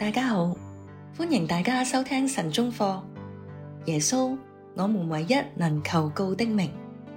大家好，歡迎大家收聽晨鐘課。耶穌，我們唯一能求告的名。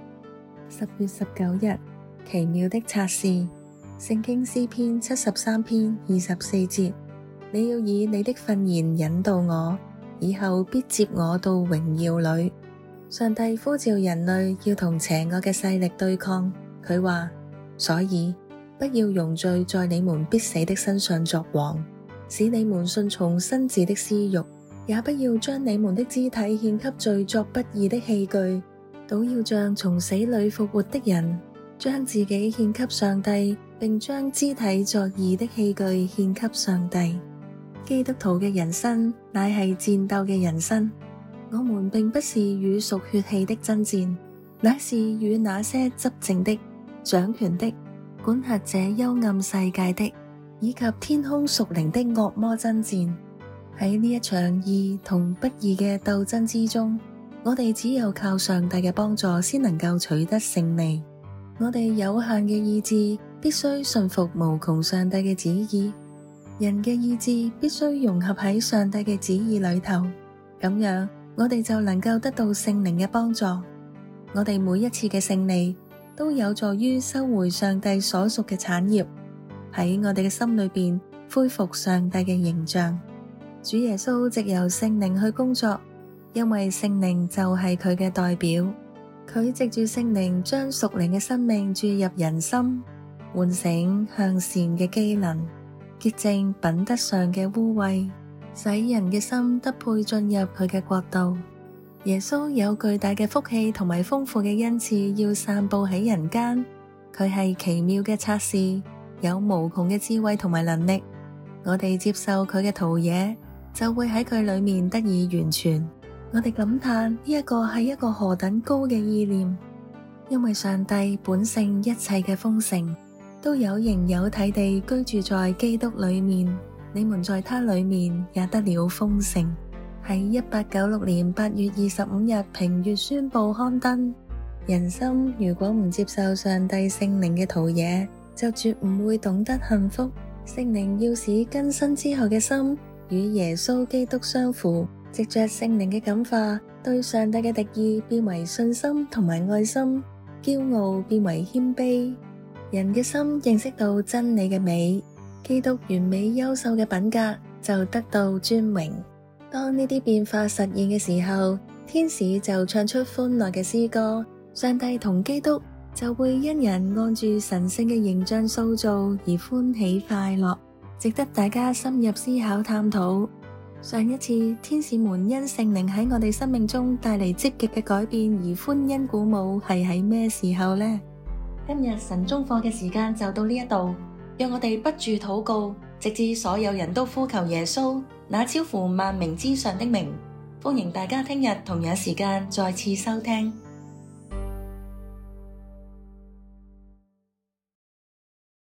10月19日，奇妙的策士。聖經詩篇73篇24節，你要以你的訓言引導我，以後必接我到榮耀裏。上帝呼召人類要同邪惡嘅勢力對抗，佢話：所以不要容罪在你們必死的身上作王，使你們順從身子的私慾，也不要將你們的肢體獻給罪作不義的器具，倒要像從死裏復活的人，將自己獻給上帝，並將肢體作義的器具獻給上帝。基督徒嘅人生乃係戰鬥嘅人生，我們並不是與屬血氣的爭戰，乃是與那些執政的、掌權的、管轄這幽暗世界的，以及天空屬靈的惡魔爭戰。喺呢一場義同不義嘅鬥爭之中，我哋只有靠上帝嘅幫助先能夠取得勝利。我哋有限嘅意志必須順服無窮上帝嘅旨意，人嘅意志必須融合喺上帝嘅旨意裏頭，咁樣我哋就能夠得到聖靈嘅幫助。我哋每一次嘅勝利都有助於收回上帝所屬嘅產業，喺我哋嘅心裏邊恢復上帝嘅形象。主耶穌藉由聖靈去工作，因為聖靈就係佢嘅代表。佢藉住聖靈將屬靈嘅生命注入人心，喚醒向善嘅機能，潔淨品德上嘅污穢，使人嘅心得配進入佢嘅國度。耶穌有巨大嘅福氣同埋豐富嘅恩賜要散佈喺人間。佢係奇妙嘅策士，有無窮嘅智慧同埋能力。我哋接受佢嘅陶冶，就會喺佢裏面得以完全。我哋感嘆呢一個係一個何等高嘅意念，因為上帝本性一切嘅豐盛都有形有體地居住在基督裏面，你們在他裏面也得了豐盛。喺1896年8月25日評閱宣報刊登。人心如果唔接受上帝聖靈嘅陶冶，就絕唔會懂得幸福。聖靈要使更新之後嘅心與耶穌基督相符，藉着聖靈嘅感化，對上帝嘅敵意變為信心同埋愛心，驕傲變為謙卑。人嘅心認識到真理嘅美，基督完美優秀嘅品格就得到尊榮。當呢啲變化實現嘅時候，天使就唱出歡樂嘅詩歌，上帝同基督就會因人按住神聖嘅形象塑造而歡喜快樂，值得大家深入思考探討。上一次天使們因聖靈喺我哋生命中帶嚟積極嘅改變而歡欣鼓舞，係喺咩時候呢？ 今日晨鐘課嘅時間就到呢一度，讓我哋不住禱告，直至所有人都呼求耶穌，那超乎萬名之上的名。歡迎大家聽日同樣時間再次收聽。